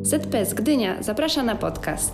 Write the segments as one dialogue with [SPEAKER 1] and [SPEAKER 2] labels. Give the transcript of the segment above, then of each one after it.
[SPEAKER 1] ZPS Gdynia zaprasza na podcast.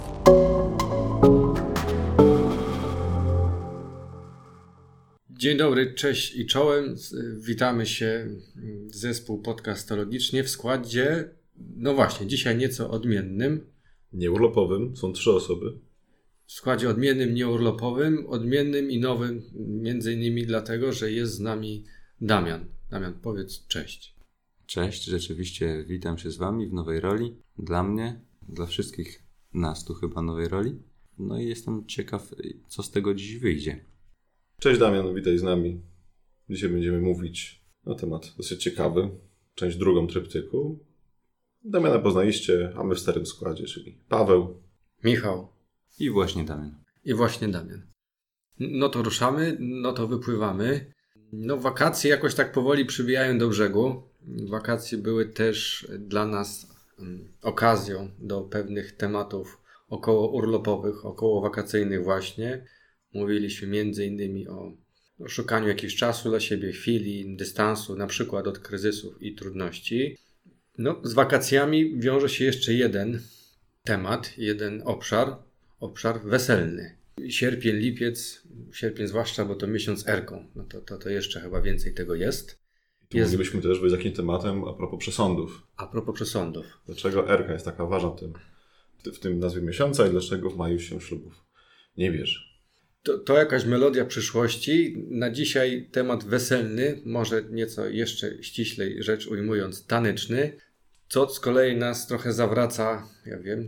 [SPEAKER 2] Dzień dobry, cześć i czołem. Witamy się, zespół podcastologiczny w składzie, no właśnie, dzisiaj nieco odmiennym.
[SPEAKER 3] Nieurlopowym, są 3 osoby.
[SPEAKER 2] W składzie odmiennym, nieurlopowym, odmiennym i nowym, między innymi dlatego, że jest z nami Damian. Damian, powiedz cześć.
[SPEAKER 4] Cześć, rzeczywiście witam się z Wami w nowej roli. Dla mnie, dla wszystkich nas tu chyba nowej roli. No i jestem ciekaw, co z tego dziś wyjdzie.
[SPEAKER 3] Cześć Damian, witaj z nami. Dzisiaj będziemy mówić na temat dosyć ciekawy. Część drugą tryptyku. Damiana poznaliście, a my w starym składzie, czyli Paweł,
[SPEAKER 2] Michał
[SPEAKER 4] i właśnie Damian.
[SPEAKER 2] No to ruszamy, no to wypływamy. No wakacje jakoś tak powoli przybijają do brzegu. Wakacje były też dla nas okazją do pewnych tematów około urlopowych, około wakacyjnych właśnie. Mówiliśmy między innymi o szukaniu jakiegoś czasu dla siebie, chwili, dystansu, na przykład od kryzysów i trudności. No, z wakacjami wiąże się jeszcze jeden temat, jeden obszar weselny. Sierpień, lipiec, sierpień zwłaszcza, bo to miesiąc Erką. No to jeszcze chyba więcej tego jest.
[SPEAKER 3] Moglibyśmy też wyjść z jakimś tematem a propos przesądów.
[SPEAKER 2] A propos przesądów.
[SPEAKER 3] Dlaczego Erka jest taka ważna w tym nazwie miesiąca i dlaczego w maju się ślubów nie bierze?
[SPEAKER 2] To jakaś melodia przyszłości. Na dzisiaj temat weselny, może nieco jeszcze ściślej rzecz ujmując taneczny, co z kolei nas trochę zawraca, ja wiem,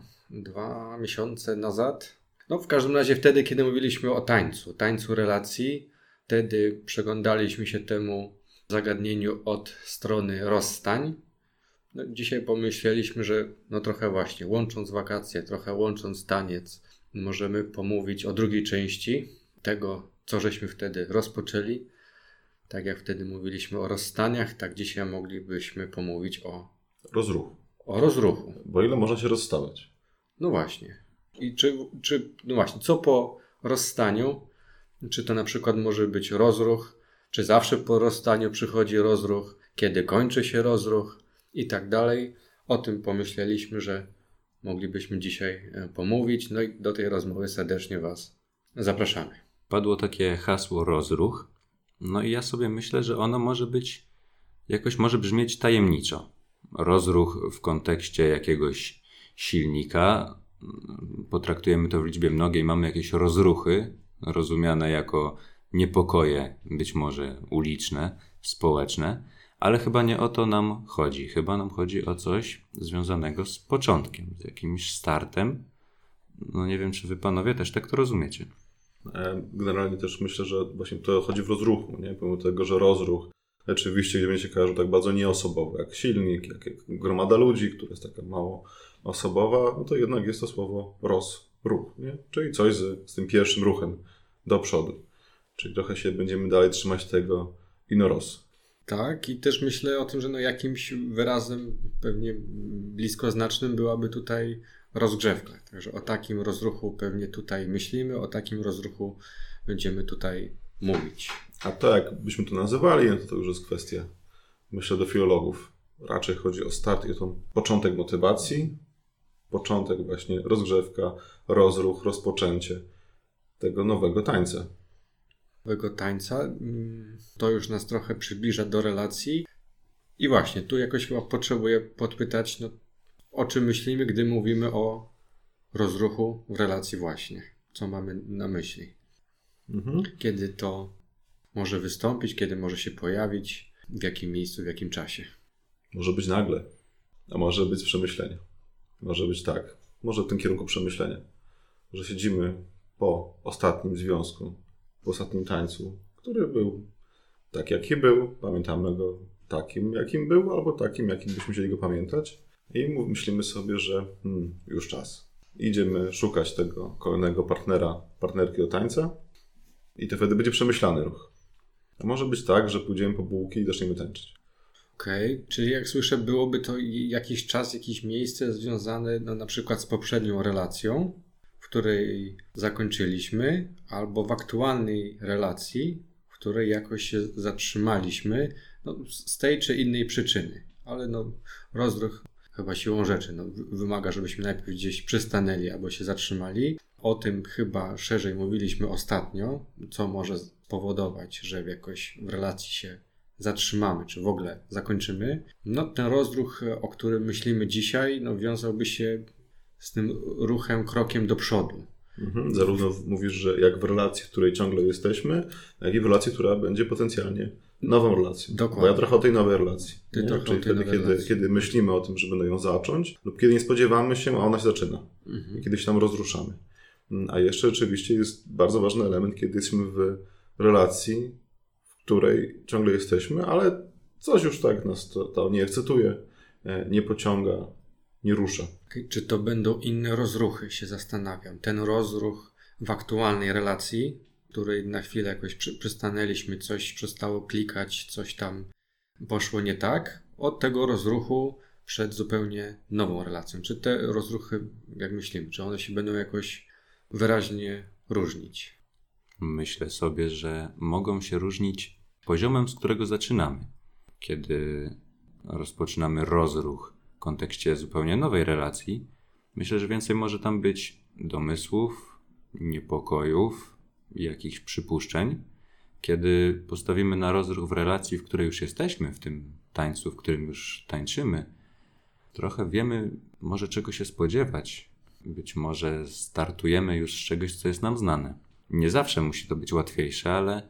[SPEAKER 2] dwa miesiące nazad. No w każdym razie wtedy, kiedy mówiliśmy o tańcu relacji, wtedy przyglądaliśmy się temu zagadnieniu od strony rozstań. No, dzisiaj pomyśleliśmy, że no trochę właśnie łącząc wakacje, trochę łącząc taniec, możemy pomówić o drugiej części tego, co żeśmy wtedy rozpoczęli. Tak jak wtedy mówiliśmy o rozstaniach, tak dzisiaj moglibyśmy pomówić o rozruchu.
[SPEAKER 3] Bo ile można się rozstawać?
[SPEAKER 2] No właśnie. I no właśnie, co po rozstaniu? Czy to na przykład może być rozruch? Czy zawsze po rozstaniu przychodzi rozruch? Kiedy kończy się rozruch? I tak dalej. O tym pomyśleliśmy, że moglibyśmy dzisiaj pomówić. No i do tej rozmowy serdecznie Was zapraszamy.
[SPEAKER 4] Padło takie hasło rozruch. No i ja sobie myślę, że ono może brzmieć tajemniczo. Rozruch w kontekście jakiegoś silnika. Potraktujemy to w liczbie mnogiej. Mamy jakieś rozruchy, rozumiane jako niepokoje, być może uliczne, społeczne. Ale chyba nie o to nam chodzi. Chyba nam chodzi o coś związanego z początkiem, z jakimś startem. No nie wiem, czy wy panowie też tak to rozumiecie.
[SPEAKER 3] Generalnie też myślę, że właśnie to chodzi w rozruchu, nie? Pomimo tego, że rozruch rzeczywiście gdzie będzie się kojarzył tak bardzo nieosobowo, jak silnik, jak gromada ludzi, która jest taka mało osobowa, no to jednak jest to słowo rozruch, nie? Czyli coś z tym pierwszym ruchem do przodu. Czyli trochę się będziemy dalej trzymać tego inoros.
[SPEAKER 2] Tak, i też myślę o tym, że no jakimś wyrazem pewnie bliskoznacznym byłaby tutaj rozgrzewka. Także o takim rozruchu pewnie tutaj myślimy, o takim rozruchu będziemy tutaj mówić.
[SPEAKER 3] A to jak byśmy to nazywali, no to już jest kwestia, myślę, do filologów. Raczej chodzi o start i o ten początek motywacji, początek właśnie rozgrzewka, rozruch, rozpoczęcie tego nowego tańca.
[SPEAKER 2] To już nas trochę przybliża do relacji. I właśnie, tu jakoś chyba potrzebuję podpytać, no, o czym myślimy, gdy mówimy o rozruchu w relacji właśnie. Co mamy na myśli? Kiedy to może wystąpić, kiedy może się pojawić, w jakim miejscu, w jakim czasie.
[SPEAKER 3] Może być nagle, a może być z przemyślenia. Może być tak, może w tym kierunku przemyślenia. Że siedzimy po ostatnim związku, po ostatnim tańcu, który był tak, jaki był, pamiętamy go takim, jakim był, albo takim, jakim byśmy chcieli go pamiętać i myślimy sobie, że już czas. Idziemy szukać tego kolejnego partnerki do tańca i to wtedy będzie przemyślany ruch. A może być tak, że pójdziemy po bułki i zaczniemy tańczyć.
[SPEAKER 2] Okej, czyli jak słyszę, byłoby to jakiś czas, jakieś miejsce związane na przykład z poprzednią relacją, w której zakończyliśmy, albo w aktualnej relacji, w której jakoś się zatrzymaliśmy, z tej czy innej przyczyny. Ale rozruch chyba siłą rzeczy. No, wymaga, żebyśmy najpierw gdzieś przystanęli albo się zatrzymali. O tym chyba szerzej mówiliśmy ostatnio, co może spowodować, że jakoś w relacji się zatrzymamy, czy w ogóle zakończymy. No ten rozruch, o którym myślimy dzisiaj, no wiązałby się z tym ruchem, krokiem do przodu.
[SPEAKER 3] Zarówno mówisz, że jak w relacji, w której ciągle jesteśmy, jak i w relacji, która będzie potencjalnie nową relacją.
[SPEAKER 2] Dokładnie.
[SPEAKER 3] Bo ja trochę o tej nowej relacji.
[SPEAKER 2] Czyli
[SPEAKER 3] wtedy, kiedy myślimy o tym, żeby ją zacząć, lub kiedy nie spodziewamy się, a ona się zaczyna. I kiedy się tam rozruszamy. A jeszcze oczywiście jest bardzo ważny element, kiedy jesteśmy w relacji, w której ciągle jesteśmy, ale coś już tak nas to nie ekscytuje, nie pociąga, nie rusza.
[SPEAKER 2] Czy to będą inne rozruchy, się zastanawiam. Ten rozruch w aktualnej relacji, w której na chwilę jakoś przystanęliśmy, coś przestało klikać, coś tam poszło nie tak, od tego rozruchu przed zupełnie nową relacją. Czy te rozruchy, jak myślimy, czy one się będą jakoś wyraźnie różnić?
[SPEAKER 4] Myślę sobie, że mogą się różnić poziomem, z którego zaczynamy. Kiedy rozpoczynamy rozruch w kontekście zupełnie nowej relacji, myślę, że więcej może tam być domysłów, niepokojów, jakichś przypuszczeń. Kiedy postawimy na rozruch w relacji, w której już jesteśmy, w tym tańcu, w którym już tańczymy, trochę wiemy może czego się spodziewać. Być może startujemy już z czegoś, co jest nam znane. Nie zawsze musi to być łatwiejsze,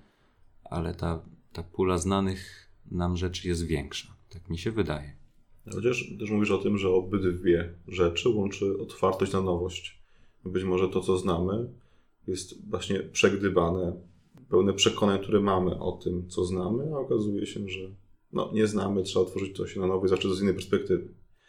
[SPEAKER 4] ale ta pula znanych nam rzeczy jest większa. Tak mi się wydaje.
[SPEAKER 3] Chociaż też mówisz o tym, że obydwie rzeczy łączy otwartość na nowość. Być może to, co znamy, jest właśnie przegdybane, pełne przekonań, które mamy o tym, co znamy, a okazuje się, że nie znamy, trzeba otworzyć to się na nowo i zacząć z innej perspektywy.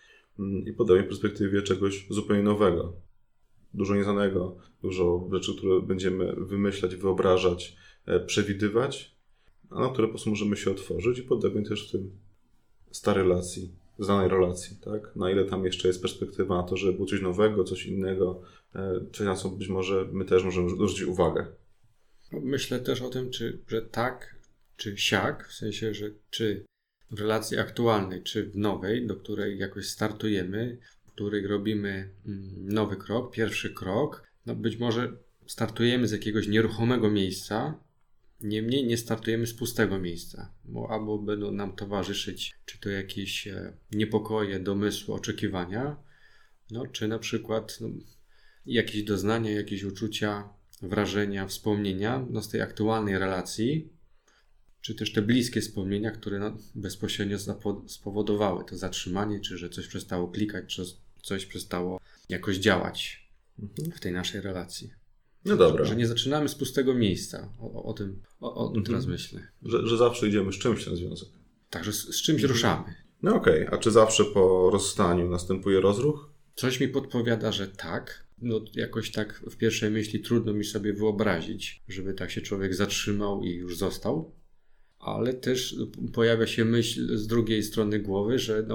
[SPEAKER 3] I podejmie perspektywie czegoś zupełnie nowego. Dużo nieznanego, dużo rzeczy, które będziemy wymyślać, wyobrażać, przewidywać, a na które po prostu możemy się otworzyć i podobnie też w tym starej relacji, znanej relacji, tak? Na ile tam jeszcze jest perspektywa na to, żeby było coś nowego, coś innego, coś na co być może my też możemy zwrócić uwagę.
[SPEAKER 2] Myślę też o tym, że tak, czy siak, w sensie, że czy w relacji aktualnej, czy w nowej, do której jakoś startujemy, w której robimy nowy krok, pierwszy krok, być może startujemy z jakiegoś nieruchomego miejsca, niemniej nie startujemy z pustego miejsca, bo albo będą nam towarzyszyć, czy to jakieś niepokoje, domysły, oczekiwania, czy na przykład jakieś doznania, jakieś uczucia, wrażenia, wspomnienia z tej aktualnej relacji, czy też te bliskie wspomnienia, które bezpośrednio spowodowały to zatrzymanie, czy że coś przestało klikać, czy coś przestało jakoś działać w tej naszej relacji.
[SPEAKER 3] No dobra.
[SPEAKER 2] Że nie zaczynamy z pustego miejsca. O tym teraz myślę.
[SPEAKER 3] Że zawsze idziemy z czymś na związek.
[SPEAKER 2] Także z czymś ruszamy.
[SPEAKER 3] No okej. A czy zawsze po rozstaniu następuje rozruch?
[SPEAKER 2] Coś mi podpowiada, że tak. Jakoś tak w pierwszej myśli trudno mi sobie wyobrazić, żeby tak się człowiek zatrzymał i już został. Ale też pojawia się myśl z drugiej strony głowy, że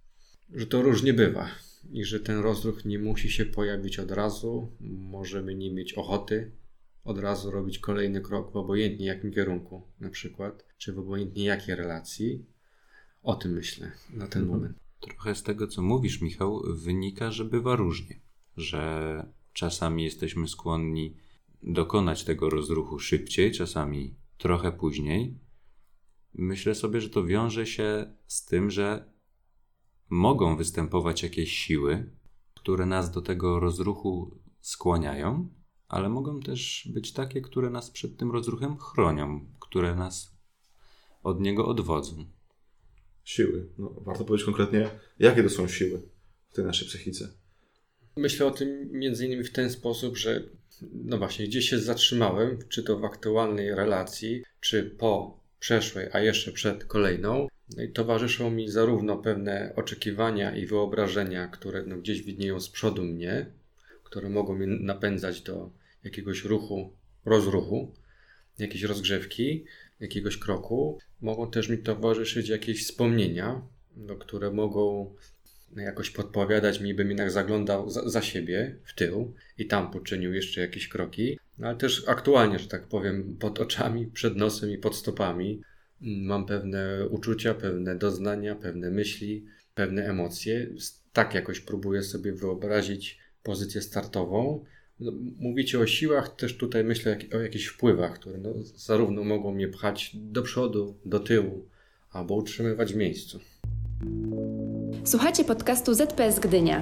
[SPEAKER 2] to różnie bywa. I że ten rozruch nie musi się pojawić od razu. Możemy nie mieć ochoty od razu robić kolejny krok w obojętnie jakim kierunku na przykład, czy w obojętnie jakiej relacji. O tym myślę na ten moment.
[SPEAKER 4] Trochę z tego, co mówisz, Michał, wynika, że bywa różnie. Że czasami jesteśmy skłonni dokonać tego rozruchu szybciej, czasami trochę później. Myślę sobie, że to wiąże się z tym, że mogą występować jakieś siły, które nas do tego rozruchu skłaniają, ale mogą też być takie, które nas przed tym rozruchem chronią, które nas od niego odwodzą.
[SPEAKER 3] Siły. Warto powiedzieć konkretnie, jakie to są siły w tej naszej psychice.
[SPEAKER 2] Myślę o tym między innymi w ten sposób, że właśnie gdzieś się zatrzymałem, czy to w aktualnej relacji, czy po przeszłej, a jeszcze przed kolejną. I towarzyszą mi zarówno pewne oczekiwania i wyobrażenia, które gdzieś widnieją z przodu mnie, które mogą mnie napędzać do jakiegoś ruchu, rozruchu, jakiejś rozgrzewki, jakiegoś kroku. Mogą też mi towarzyszyć jakieś wspomnienia, które mogą jakoś podpowiadać mi, bym jednak zaglądał za siebie w tył i tam poczynił jeszcze jakieś kroki. Ale też aktualnie, że tak powiem, pod oczami, przed nosem i pod stopami mam pewne uczucia, pewne doznania, pewne myśli, pewne emocje. tak jakoś próbuję sobie wyobrazić pozycję startową. No, mówicie o siłach, też tutaj myślę o jakichś wpływach, które zarówno mogą mnie pchać do przodu, do tyłu, albo utrzymywać w miejscu.
[SPEAKER 1] Słuchacie podcastu ZPS Gdynia.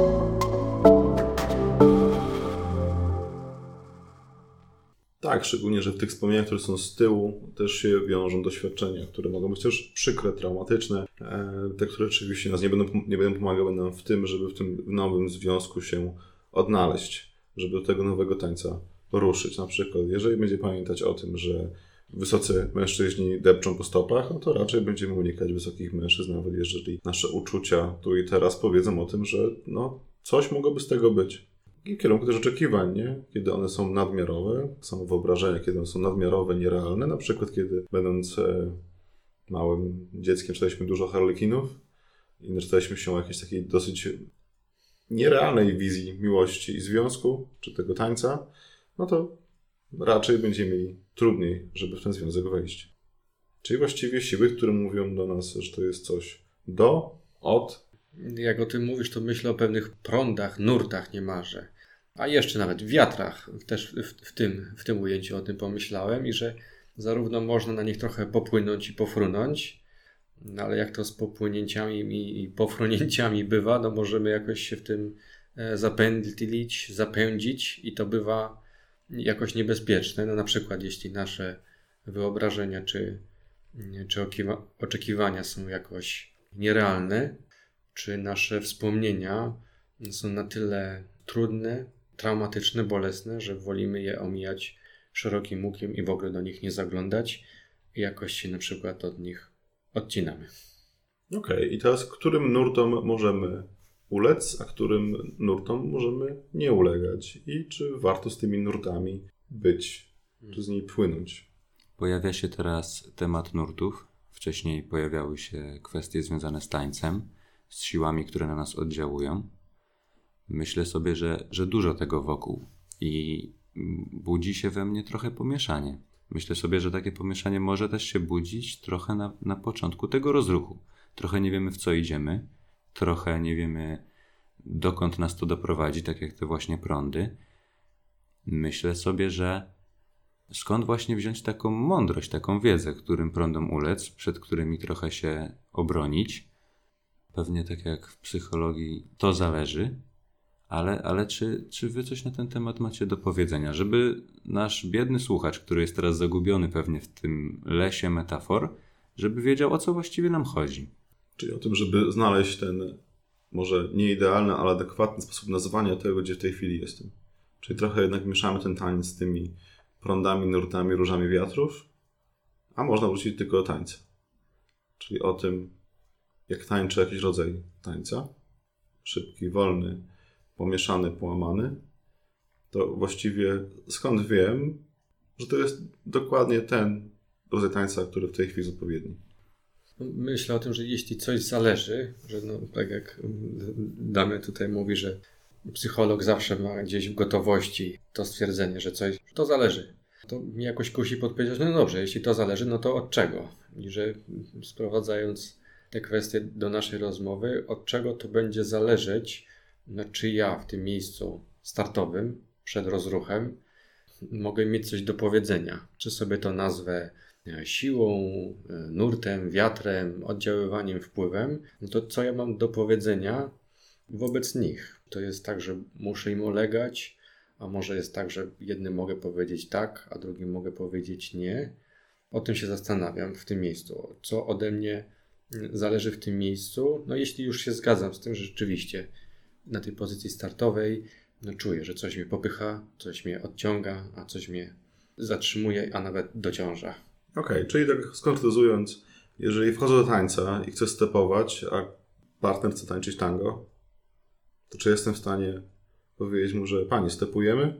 [SPEAKER 3] Tak, szczególnie, że w tych wspomnieniach, które są z tyłu, też się wiążą doświadczenia, które mogą być też przykre, traumatyczne, te, które oczywiście nas nie będą pomagały nam w tym, żeby w tym nowym związku się odnaleźć, żeby do tego nowego tańca ruszyć. Na przykład, jeżeli będzie pamiętać o tym, że wysocy mężczyźni depczą po stopach, no to raczej będziemy unikać wysokich mężczyzn, nawet jeżeli nasze uczucia tu i teraz powiedzą o tym, że coś mogłoby z tego być. I w kierunku też oczekiwań, nie? Kiedy one są nadmiarowe, są wyobrażenia, kiedy one są nadmiarowe, nierealne. Na przykład, kiedy będąc małym dzieckiem czytaliśmy dużo harlekinów i naczytaliśmy się o jakiejś takiej dosyć nierealnej wizji miłości i związku, czy tego tańca, no to raczej będziemy mieli trudniej, żeby w ten związek wejść. Czyli właściwie siły, które mówią do nas, że to jest coś od.
[SPEAKER 2] Jak o tym mówisz, to myślę o pewnych prądach, nurtach niemalże. A jeszcze nawet wiatrach. Też w tym ujęciu o tym pomyślałem i że zarówno można na nich trochę popłynąć i pofrunąć, no ale jak to z popłynięciami i pofrunięciami bywa, no możemy jakoś się w tym zapędzić i to bywa jakoś niebezpieczne. No na przykład jeśli nasze wyobrażenia czy oczekiwania są jakoś nierealne, czy nasze wspomnienia są na tyle trudne, traumatyczne, bolesne, że wolimy je omijać szerokim łukiem i w ogóle do nich nie zaglądać i jakoś się na przykład od nich odcinamy.
[SPEAKER 3] Okej, i teraz którym nurtom możemy ulec, a którym nurtom możemy nie ulegać? I czy warto z tymi nurtami być, czy z nimi płynąć?
[SPEAKER 4] Pojawia się teraz temat nurtów. Wcześniej pojawiały się kwestie związane z tańcem, z siłami, które na nas oddziałują. Myślę sobie, że dużo tego wokół i budzi się we mnie trochę pomieszanie. Myślę sobie, że takie pomieszanie może też się budzić trochę na początku tego rozruchu. Trochę nie wiemy, w co idziemy, trochę nie wiemy, dokąd nas to doprowadzi, tak jak te właśnie prądy. Myślę sobie, że skąd właśnie wziąć taką mądrość, taką wiedzę, którym prądom ulec, przed którymi trochę się obronić. Pewnie tak jak w psychologii to zależy, ale czy wy coś na ten temat macie do powiedzenia, żeby nasz biedny słuchacz, który jest teraz zagubiony pewnie w tym lesie metafor, żeby wiedział, o co właściwie nam chodzi.
[SPEAKER 3] Czyli o tym, żeby znaleźć ten może nie idealny, ale adekwatny sposób nazwania tego, gdzie w tej chwili jestem. Czyli trochę jednak mieszamy ten taniec z tymi prądami, nurtami, różami wiatrów, a można wrócić tylko do tańca. Czyli o tym, jak tańczy jakiś rodzaj tańca, szybki, wolny, pomieszany, połamany, to właściwie skąd wiem, że to jest dokładnie ten rodzaj tańca, który w tej chwili jest odpowiedni.
[SPEAKER 2] Myślę o tym, że jeśli coś zależy, że tak jak Damian tutaj mówi, że psycholog zawsze ma gdzieś w gotowości to stwierdzenie, że coś, to zależy. To mnie jakoś kusi podpowiedzieć, no dobrze, jeśli to zależy, no to od czego? I że sprowadzając te kwestie do naszej rozmowy, od czego to będzie zależeć, czy ja w tym miejscu startowym, przed rozruchem, mogę mieć coś do powiedzenia. Czy sobie to nazwę siłą, nurtem, wiatrem, oddziaływaniem, wpływem, no to co ja mam do powiedzenia wobec nich? To jest tak, że muszę im ulegać, a może jest tak, że jednym mogę powiedzieć tak, a drugim mogę powiedzieć nie. O tym się zastanawiam w tym miejscu. Co ode mnie zależy w tym miejscu? No jeśli już się zgadzam z tym, że rzeczywiście na tej pozycji startowej czuję, że coś mnie popycha, coś mnie odciąga, a coś mnie zatrzymuje, a nawet dociąża.
[SPEAKER 3] Okej, czyli tak skonkretyzując, jeżeli wchodzę do tańca i chcę stepować, a partner chce tańczyć tango, to czy jestem w stanie powiedzieć mu, że pani, stepujemy?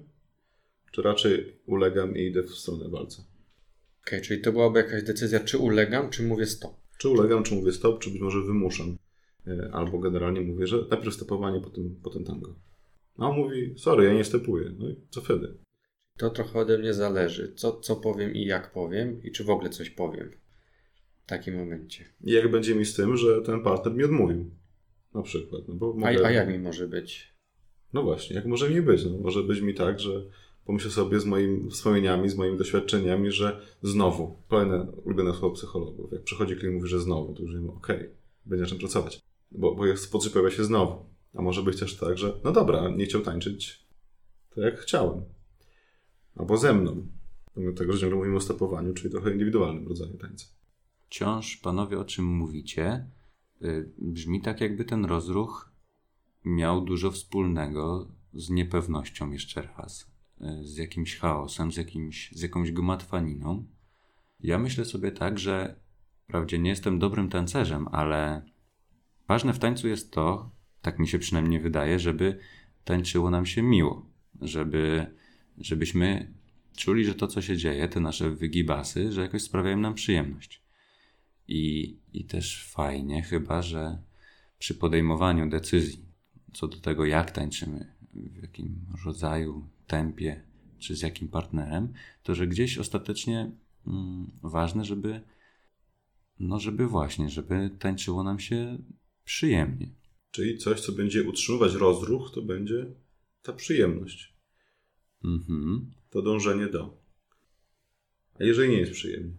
[SPEAKER 3] Czy raczej ulegam i idę w stronę walca?
[SPEAKER 2] Okej, czyli to byłaby jakaś decyzja, czy ulegam, czy mówię stop.
[SPEAKER 3] Czy ulegam, czy mówię stop, czy być może wymuszam. Albo generalnie mówię, że najpierw stepowanie, potem tango. A on mówi, sorry, ja nie stepuję. No i co wtedy?
[SPEAKER 2] To trochę ode mnie zależy, co powiem i jak powiem i czy w ogóle coś powiem w takim momencie.
[SPEAKER 3] I jak będzie mi z tym, że ten partner mi odmówił? Na przykład. No bo
[SPEAKER 2] A jak mi może być?
[SPEAKER 3] No właśnie, jak może mi być? No, może być mi tak, że pomyślę sobie z moimi wspomnieniami, z moimi doświadczeniami, że znowu, kolejne ulubione słowo psychologów. Jak przychodzi klient i mówi, że znowu, to już wiem, okej, będzie na czym pracować. Bo jest potrzeba pojawia się znowu. A może być też tak, że no dobra, nie chciał tańczyć tak jak chciałem. Albo ze mną. Pomimo tego, że ciągle mówimy o stopowaniu, czyli trochę indywidualnym rodzaju tańca.
[SPEAKER 4] Wciąż, panowie, o czym mówicie, brzmi tak, jakby ten rozruch miał dużo wspólnego z niepewnością, jeszcze raz, z jakimś chaosem, z jakąś gmatwaniną. Ja myślę sobie tak, że wprawdzie nie jestem dobrym tancerzem, ale ważne w tańcu jest to, tak mi się przynajmniej wydaje, żeby tańczyło nam się miło, żebyśmy czuli, że to, co się dzieje, te nasze wygibasy, że jakoś sprawiają nam przyjemność. I też fajnie chyba, że przy podejmowaniu decyzji co do tego, jak tańczymy, w jakim rodzaju, tempie, czy z jakim partnerem, to że gdzieś ostatecznie ważne, żeby tańczyło nam się przyjemnie.
[SPEAKER 3] Czyli coś, co będzie utrzymywać rozruch, to będzie ta przyjemność. To dążenie do. A jeżeli nie jest przyjemnie?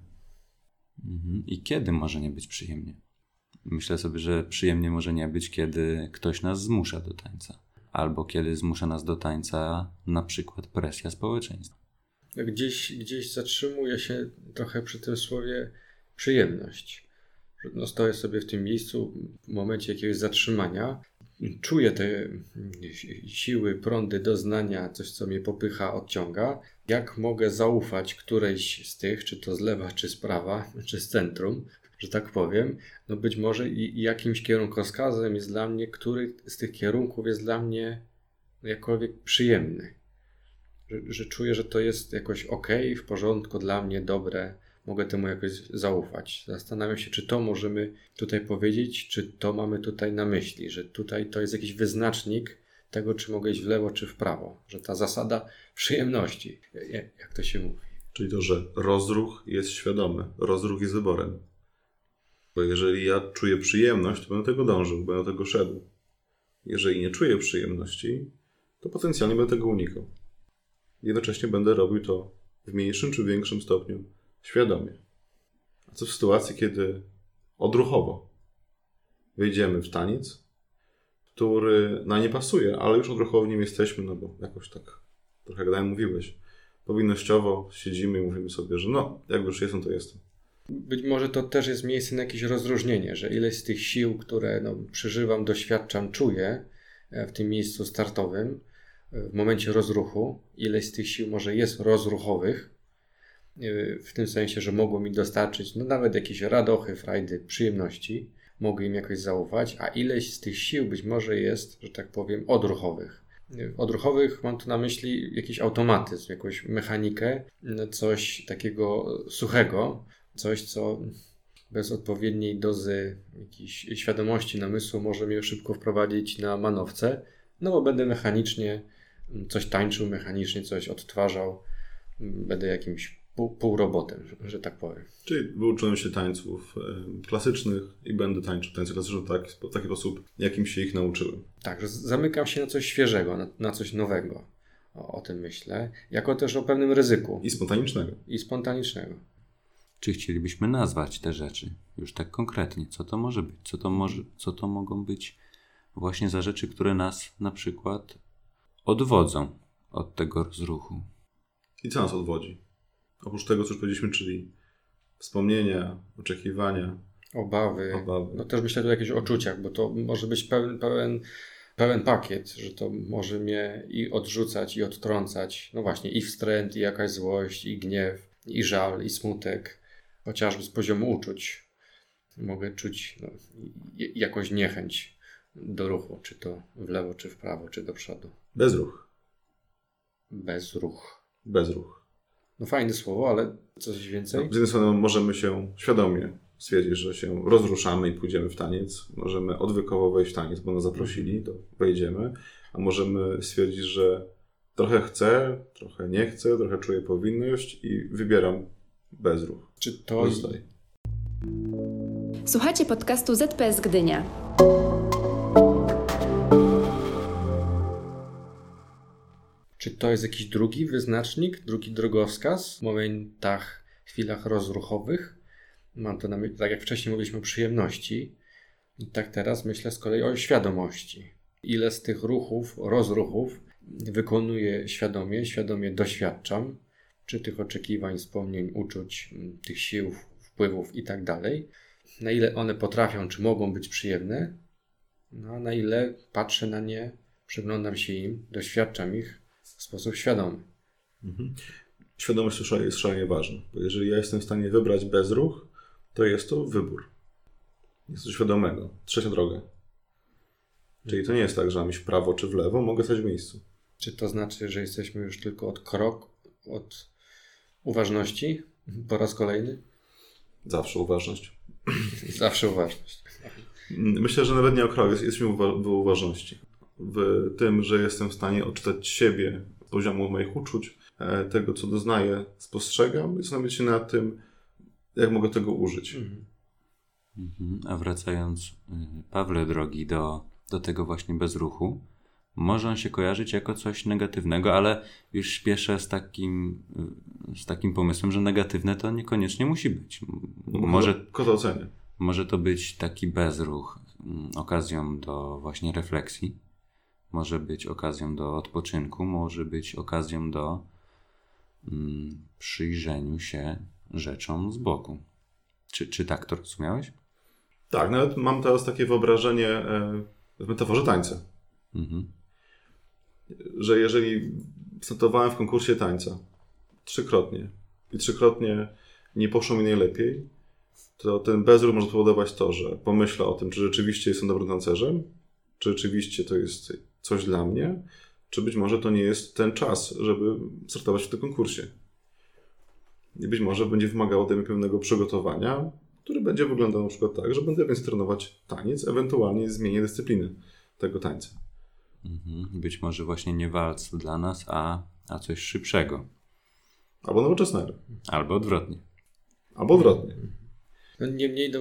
[SPEAKER 4] I kiedy może nie być przyjemnie? Myślę sobie, że przyjemnie może nie być, kiedy ktoś nas zmusza do tańca. Albo kiedy zmusza nas do tańca na przykład presja społeczeństwa.
[SPEAKER 2] Gdzieś zatrzymuję się trochę przy tym słowie przyjemność. No, stoję sobie w tym miejscu w momencie jakiegoś zatrzymania. Czuję te siły, prądy doznania, coś co mnie popycha, odciąga. Jak mogę zaufać którejś z tych, czy to z lewa, czy z prawa, czy z centrum, że tak powiem, no być może i jakimś kierunkowskazem jest dla mnie, który z tych kierunków jest dla mnie jakkolwiek przyjemny. Że czuję, że to jest jakoś okej, w porządku, dla mnie dobre, mogę temu jakoś zaufać. Zastanawiam się, czy to możemy tutaj powiedzieć, czy to mamy tutaj na myśli, że tutaj to jest jakiś wyznacznik tego, czy mogę iść w lewo, czy w prawo. Że ta zasada przyjemności, jak to się mówi.
[SPEAKER 3] Czyli to, że rozruch jest świadomy, rozruch jest wyborem. Bo jeżeli ja czuję przyjemność, to będę do tego dążył, będę do tego szedł. Jeżeli nie czuję przyjemności, to potencjalnie będę tego unikał. Jednocześnie będę robił to w mniejszym czy większym stopniu świadomie. A co w sytuacji, kiedy odruchowo wejdziemy w taniec, który nie pasuje, ale już odruchowo w nim jesteśmy, no bo jakoś tak, trochę jak mówiłeś, powinnościowo siedzimy i mówimy sobie, że no, jak już jestem, to jestem.
[SPEAKER 2] Być może to też jest miejsce na jakieś rozróżnienie, że ileś z tych sił, które przeżywam, doświadczam, czuję w tym miejscu startowym, w momencie rozruchu, ileś z tych sił może jest rozruchowych, w tym sensie, że mogło mi dostarczyć nawet jakieś radochy, frajdy, przyjemności, mogę im jakoś zaufać, a ileś z tych sił być może jest, że tak powiem, odruchowych. Odruchowych mam tu na myśli jakiś automatyzm, jakąś mechanikę, coś takiego suchego, coś, co bez odpowiedniej dozy jakiejś świadomości, namysłu może mnie szybko wprowadzić na manowce, no bo będę mechanicznie coś tańczył, mechanicznie coś odtwarzał, będę jakimś półrobotem, że tak powiem.
[SPEAKER 3] Czyli wyuczyłem się tańców klasycznych i będę tańczył tańce klasyczne w taki sposób, jakim się ich nauczyłem.
[SPEAKER 2] Tak, że zamykam się na coś świeżego, na coś nowego. O tym myślę. Jako też o pewnym ryzyku.
[SPEAKER 3] I spontanicznego.
[SPEAKER 4] Czy chcielibyśmy nazwać te rzeczy już tak konkretnie? Co to może być? Co to mogą być właśnie za rzeczy, które nas na przykład odwodzą od tego rozruchu?
[SPEAKER 3] I co nas odwodzi? Oprócz tego, co już powiedzieliśmy, czyli wspomnienia, oczekiwania,
[SPEAKER 2] obawy. No też myślę tu o jakichś uczuciach, bo to może być pełen pakiet, że to może mnie i odrzucać, i odtrącać. No właśnie, i wstręt, i jakaś złość, i gniew, i żal, i smutek. Chociażby z poziomu uczuć. Mogę czuć jakąś niechęć do ruchu, czy to w lewo, czy w prawo, czy do przodu.
[SPEAKER 3] Bezruch.
[SPEAKER 2] Bezruch. No fajne słowo, ale coś więcej?
[SPEAKER 3] Z jednej strony możemy się świadomie stwierdzić, że się rozruszamy i pójdziemy w taniec. Możemy odwykowo wejść w taniec, bo nas zaprosili, to wejdziemy. A możemy stwierdzić, że trochę chcę, trochę nie chcę, trochę czuję powinność i wybieram bezruch.
[SPEAKER 2] Czy to...
[SPEAKER 1] Słuchajcie podcastu ZPS Gdynia.
[SPEAKER 2] to jest jakiś drugi wyznacznik, drugi drogowskaz w momentach, chwilach rozruchowych? Mam to na myśli, tak jak wcześniej mówiliśmy o przyjemności, tak teraz myślę z kolei o świadomości. Ile z tych ruchów, rozruchów wykonuję świadomie doświadczam, czy tych oczekiwań, wspomnień, uczuć, tych sił, wpływów i tak dalej. Na ile one potrafią, czy mogą być przyjemne, no, a na ile patrzę na nie, przyglądam się im, doświadczam ich w sposób świadomy.
[SPEAKER 3] Świadomość jest szalenie ważna, bo jeżeli ja jestem w stanie wybrać bezruch, to jest to wybór. Jest to świadomego. Trzecia droga. Czyli to nie jest tak, że mam iść w prawo czy w lewo, mogę stać w miejscu.
[SPEAKER 2] Czy to znaczy, że jesteśmy już tylko od uważności po raz kolejny?
[SPEAKER 3] Zawsze uważność.
[SPEAKER 2] Zawsze uważność.
[SPEAKER 3] Myślę, że nawet nie o krok, jesteśmy w uważności. W tym, że jestem w stanie odczytać siebie z poziomu moich uczuć, tego co doznaję, spostrzegam i zastanawiać się nad tym, jak mogę tego użyć.
[SPEAKER 4] A wracając, Pawle drogi, do tego właśnie bezruchu, może on się kojarzyć jako coś negatywnego, ale już śpieszę z takim pomysłem, że negatywne to niekoniecznie musi być.
[SPEAKER 3] Kto ocenia?
[SPEAKER 4] Może to być taki bezruch okazją do właśnie refleksji, może być okazją do odpoczynku, może być okazją do przyjrzeniu się rzeczom z boku. Czy tak to rozumiałeś?
[SPEAKER 3] Tak, nawet mam teraz takie wyobrażenie w metaforze tańca. Że jeżeli startowałem w konkursie tańca 3-krotnie i 3-krotnie nie poszło mi najlepiej, to ten bezruch może spowodować to, że pomyślę o tym, czy rzeczywiście jestem dobrym tancerzem, czy rzeczywiście to jest coś dla mnie, czy być może to nie jest ten czas, żeby startować w tym konkursie. I być może będzie wymagało ode mnie pewnego przygotowania, który będzie wyglądał na przykład tak, że będę więcej trenować taniec, ewentualnie zmienię dyscypliny tego tańca.
[SPEAKER 4] Być może właśnie nie walc dla nas, a coś szybszego.
[SPEAKER 3] Albo nowoczesnego.
[SPEAKER 4] Albo odwrotnie.
[SPEAKER 3] Albo odwrotnie.
[SPEAKER 2] No niemniej,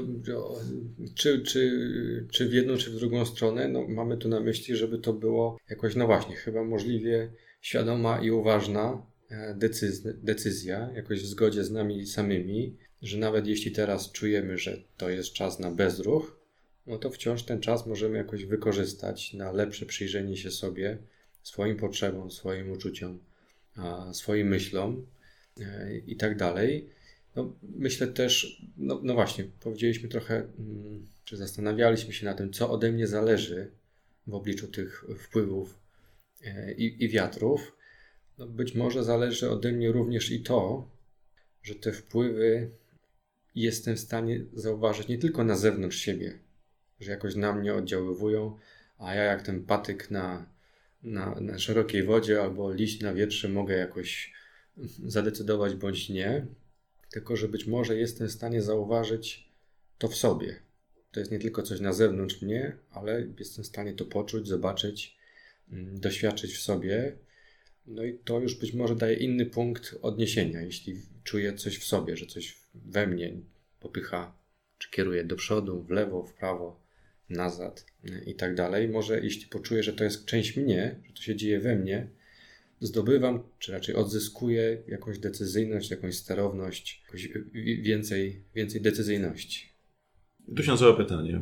[SPEAKER 2] czy w jedną, czy w drugą stronę, no mamy tu na myśli, żeby to było jakoś, no właśnie, chyba możliwie świadoma i uważna decyzja, jakoś w zgodzie z nami samymi, że nawet jeśli teraz czujemy, że to jest czas na bezruch, no to wciąż ten czas możemy jakoś wykorzystać na lepsze przyjrzenie się sobie, swoim potrzebom, swoim uczuciom, swoim myślom i tak dalej. No, myślę też, no właśnie, powiedzieliśmy trochę, czy zastanawialiśmy się na tym, co ode mnie zależy w obliczu tych wpływów i wiatrów. No, być może zależy ode mnie również i to, że te wpływy jestem w stanie zauważyć nie tylko na zewnątrz siebie, że jakoś na mnie oddziaływują, a ja jak ten patyk na szerokiej wodzie albo liść na wietrze mogę jakoś zadecydować bądź nie, tylko że być może jestem w stanie zauważyć to w sobie. To jest nie tylko coś na zewnątrz mnie, ale jestem w stanie to poczuć, zobaczyć, doświadczyć w sobie. No i to już być może daje inny punkt odniesienia, jeśli czuję coś w sobie, że coś we mnie popycha, czy kieruje do przodu, w lewo, w prawo, nazad i tak dalej. Może jeśli poczuję, że to jest część mnie, że to się dzieje we mnie, zdobywam, czy raczej odzyskuję jakąś decyzyjność, jakąś sterowność, jakąś więcej decyzyjności.
[SPEAKER 3] Tu się nasuwa pytanie,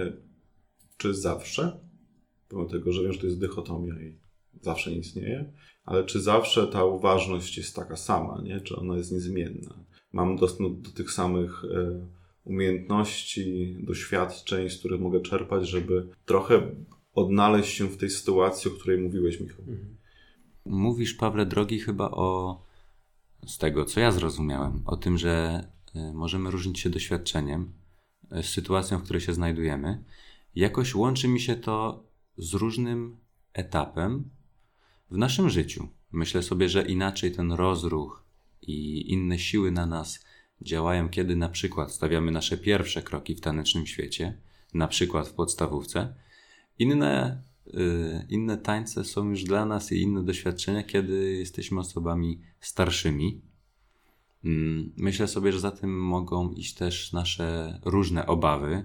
[SPEAKER 3] czy zawsze, pomimo tego, że wiem, że to jest dychotomia i zawsze nie istnieje, ale czy zawsze ta uważność jest taka sama, nie? Czy ona jest niezmienna? Mam dostęp do tych samych umiejętności, doświadczeń, z których mogę czerpać, żeby trochę odnaleźć się w tej sytuacji, o której mówiłeś, Michał.
[SPEAKER 4] Mówisz, Pawle drogi, chyba z tego, co ja zrozumiałem, o tym, że możemy różnić się doświadczeniem z sytuacją, w której się znajdujemy. Jakoś łączy mi się to z różnym etapem w naszym życiu. Myślę sobie, że inaczej ten rozruch i inne siły na nas działają, kiedy na przykład stawiamy nasze pierwsze kroki w tanecznym świecie, na przykład w podstawówce. Inne tańce są już dla nas i inne doświadczenia, kiedy jesteśmy osobami starszymi. Myślę sobie, że za tym mogą iść też nasze różne obawy,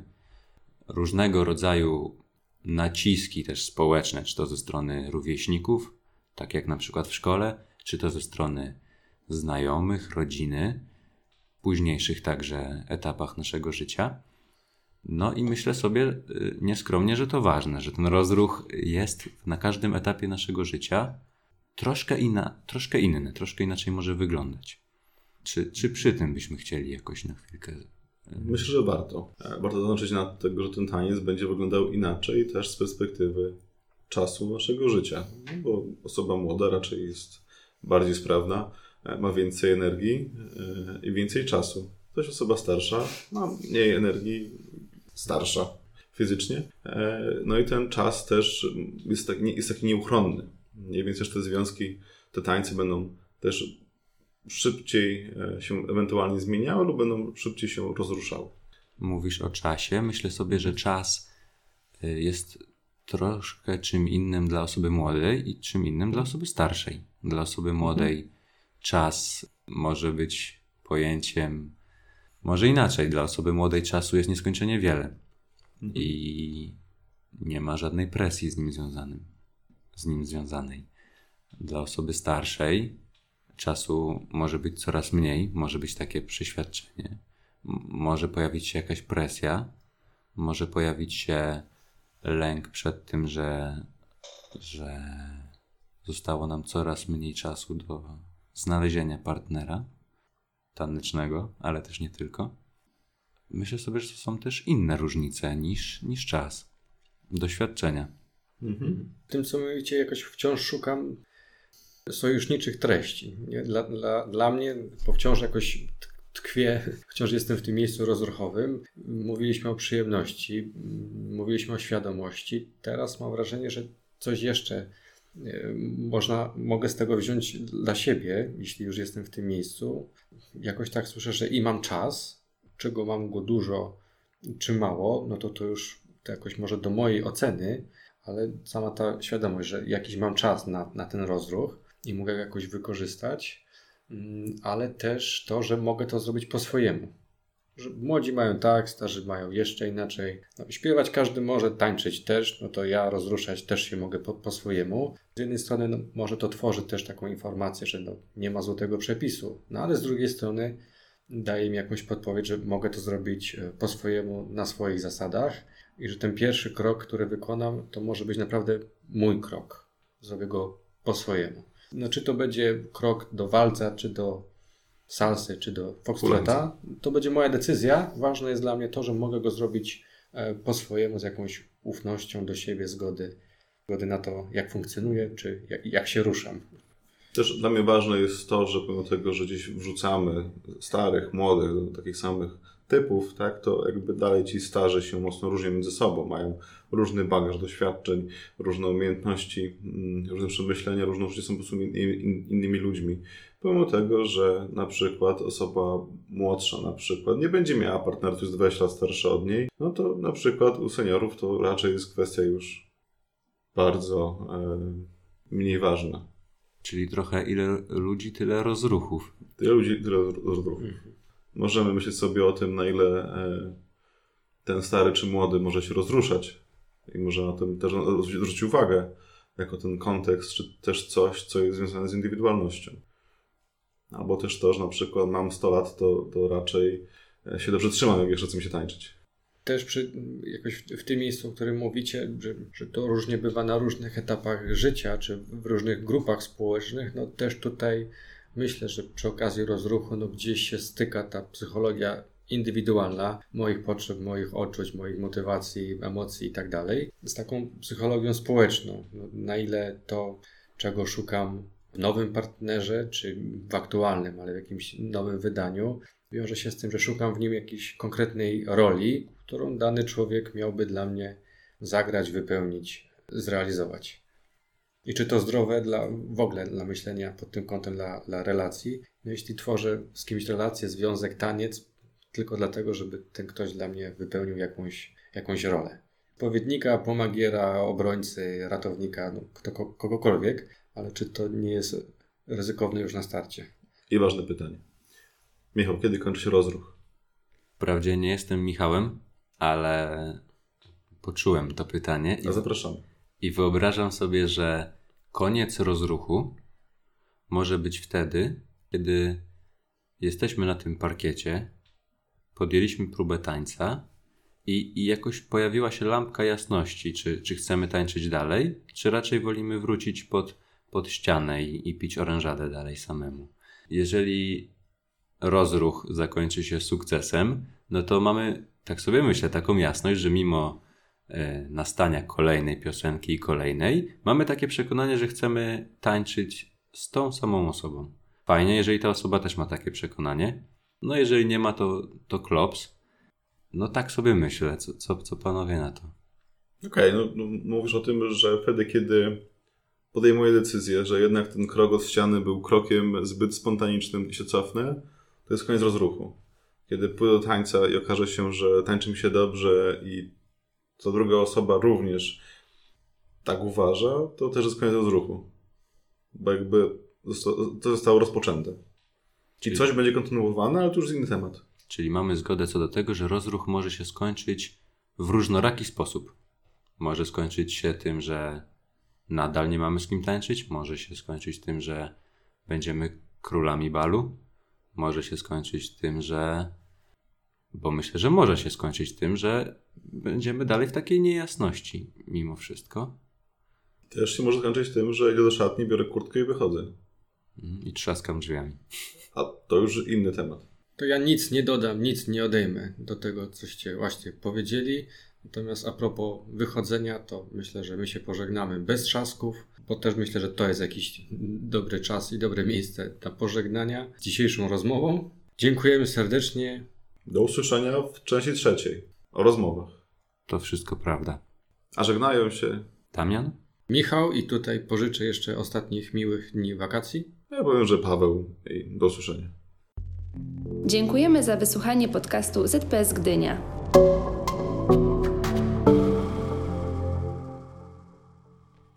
[SPEAKER 4] różnego rodzaju naciski też społeczne, czy to ze strony rówieśników, tak jak na przykład w szkole, czy to ze strony znajomych, rodziny, późniejszych także etapach naszego życia. No i myślę sobie nieskromnie, że to ważne, że ten rozruch jest na każdym etapie naszego życia troszkę inny, troszkę inaczej może wyglądać. Czy przy tym byśmy chcieli jakoś na chwilkę...
[SPEAKER 3] Myślę, że warto. Warto zaznaczyć na tego, że ten taniec będzie wyglądał inaczej też z perspektywy czasu naszego życia. No bo osoba młoda raczej jest bardziej sprawna, ma więcej energii i więcej czasu. Ktoś osoba starsza ma mniej energii, starsza fizycznie. No i ten czas też jest taki nieuchronny. I więc też te związki, te tańce będą też szybciej się ewentualnie zmieniały lub będą szybciej się rozruszały.
[SPEAKER 4] Mówisz o czasie. Myślę sobie, że czas jest troszkę czym innym dla osoby młodej i czym innym dla osoby starszej. Dla osoby młodej czas może być pojęciem, może inaczej. Dla osoby młodej czasu jest nieskończenie wiele i nie ma żadnej presji z nim związanej. Dla osoby starszej czasu może być coraz mniej, może być takie przeświadczenie, może pojawić się jakaś presja, może pojawić się lęk przed tym, że zostało nam coraz mniej czasu do znalezienia partnera tanecznego, ale też nie tylko. Myślę sobie, że to są też inne różnice niż czas, doświadczenia.
[SPEAKER 2] W tym, co mówicie, jakoś wciąż szukam sojuszniczych treści. Nie? Dla mnie, bo wciąż jakoś tkwię, wciąż jestem w tym miejscu rozruchowym. Mówiliśmy o przyjemności, mówiliśmy o świadomości. Teraz mam wrażenie, że coś jeszcze mogę z tego wziąć dla siebie, jeśli już jestem w tym miejscu. Jakoś tak słyszę, że i mam czas, czego mam go dużo, czy mało, no to już to jakoś może do mojej oceny, ale sama ta świadomość, że jakiś mam czas na ten rozruch i mogę go jakoś wykorzystać, ale też to, że mogę to zrobić po swojemu. Że młodzi mają tak, starzy mają jeszcze inaczej. No, śpiewać każdy może, tańczyć też, no to ja rozruszać też się mogę po swojemu. Z jednej strony no, może to tworzy też taką informację, że no, nie ma złotego przepisu, no ale z drugiej strony daje mi jakąś podpowiedź, że mogę to zrobić po swojemu, na swoich zasadach i że ten pierwszy krok, który wykonam, to może być naprawdę mój krok. Zrobię go po swojemu. No czy to będzie krok do walca, czy do salsy, czy do foxtrota, to będzie moja decyzja. Ważne jest dla mnie to, że mogę go zrobić po swojemu, z jakąś ufnością do siebie, zgody na to, jak funkcjonuję, czy jak się ruszam.
[SPEAKER 3] Też dla mnie ważne jest to, że pomimo tego, że gdzieś wrzucamy starych, młodych, do takich samych typów, tak, to jakby dalej ci starzy się mocno różnią między sobą. Mają różny bagaż doświadczeń, różne umiejętności, różne przemyślenia, różne uczucia, są po prostu innymi ludźmi. Pomimo tego, że na przykład osoba młodsza na przykład nie będzie miała partnera, który jest 20 lat starszy od niej, no to na przykład u seniorów to raczej jest kwestia już bardzo mniej ważna.
[SPEAKER 4] Czyli trochę ile ludzi, tyle rozruchów.
[SPEAKER 3] Tyle ludzi, tyle rozruchów. Możemy myśleć sobie o tym, na ile ten stary czy młody może się rozruszać i może na tym też zwrócić uwagę jako ten kontekst, czy też coś, co jest związane z indywidualnością. Albo też to, że na przykład mam 100 lat, to raczej się dobrze trzymam, jak jeszcze chce mi się tańczyć.
[SPEAKER 2] Też jakoś w tym miejscu, o którym mówicie, że to różnie bywa na różnych etapach życia, czy w różnych grupach społecznych, no też tutaj myślę, że przy okazji rozruchu no gdzieś się styka ta psychologia indywidualna moich potrzeb, moich odczuć, moich motywacji, emocji i tak dalej, z taką psychologią społeczną. No, na ile to, czego szukam w nowym partnerze, czy w aktualnym, ale w jakimś nowym wydaniu, wiąże się z tym, że szukam w nim jakiejś konkretnej roli, którą dany człowiek miałby dla mnie zagrać, wypełnić, zrealizować. I czy to zdrowe w ogóle dla myślenia pod tym kątem dla relacji? No jeśli tworzę z kimś relację, związek, taniec, tylko dlatego, żeby ten ktoś dla mnie wypełnił jakąś rolę. Odpowiednika, pomagiera, obrońcy, ratownika, no, kogokolwiek, ale czy to nie jest ryzykowne już na starcie?
[SPEAKER 3] I ważne pytanie. Michał, kiedy kończy się rozruch?
[SPEAKER 4] Wprawdzie nie jestem Michałem, ale poczułem to pytanie.
[SPEAKER 3] A zapraszamy.
[SPEAKER 4] I wyobrażam sobie, że koniec rozruchu może być wtedy, kiedy jesteśmy na tym parkiecie, podjęliśmy próbę tańca i jakoś pojawiła się lampka jasności, czy chcemy tańczyć dalej, czy raczej wolimy wrócić pod ścianę i pić orężadę dalej samemu. Jeżeli rozruch zakończy się sukcesem, no to mamy, tak sobie myślę, taką jasność, że mimo nastania kolejnej piosenki i kolejnej, mamy takie przekonanie, że chcemy tańczyć z tą samą osobą. Fajnie, jeżeli ta osoba też ma takie przekonanie. No jeżeli nie ma, to klops. No tak sobie myślę. Co panowie na to?
[SPEAKER 3] Okej, no mówisz o tym, że wtedy, kiedy podejmuję decyzję, że jednak ten krok od ściany był krokiem zbyt spontanicznym i się cofnę, to jest koniec rozruchu. Kiedy pójdę do tańca i okaże się, że tańczy mi się dobrze i ta druga osoba również tak uważa, to też jest koniec rozruchu. Bo jakby to zostało rozpoczęte. Czyli coś będzie kontynuowane, ale to już jest inny temat.
[SPEAKER 4] Czyli mamy zgodę co do tego, że rozruch może się skończyć w różnoraki sposób. Może skończyć się tym, że nadal nie mamy z kim tańczyć. Może się skończyć tym, że będziemy królami balu. Może się skończyć tym, bo myślę, że może się skończyć tym, że będziemy dalej w takiej niejasności mimo wszystko.
[SPEAKER 3] Też się może skończyć tym, że idę do szatni, biorę kurtkę i wychodzę.
[SPEAKER 4] I trzaskam drzwiami.
[SPEAKER 3] A to już inny temat.
[SPEAKER 2] To ja nic nie dodam, nic nie odejmę do tego, coście właśnie powiedzieli. Natomiast a propos wychodzenia, to myślę, że my się pożegnamy bez trzasków, bo też myślę, że to jest jakiś dobry czas i dobre miejsce dla pożegnania z dzisiejszą rozmową. Dziękujemy serdecznie.
[SPEAKER 3] Do usłyszenia w części 3 o rozmowach.
[SPEAKER 4] To wszystko prawda.
[SPEAKER 3] A żegnają się
[SPEAKER 4] Damian?
[SPEAKER 2] Michał i tutaj pożyczę jeszcze ostatnich miłych dni wakacji.
[SPEAKER 3] Ja powiem, że Paweł i do usłyszenia.
[SPEAKER 1] Dziękujemy za wysłuchanie podcastu ZPS Gdynia.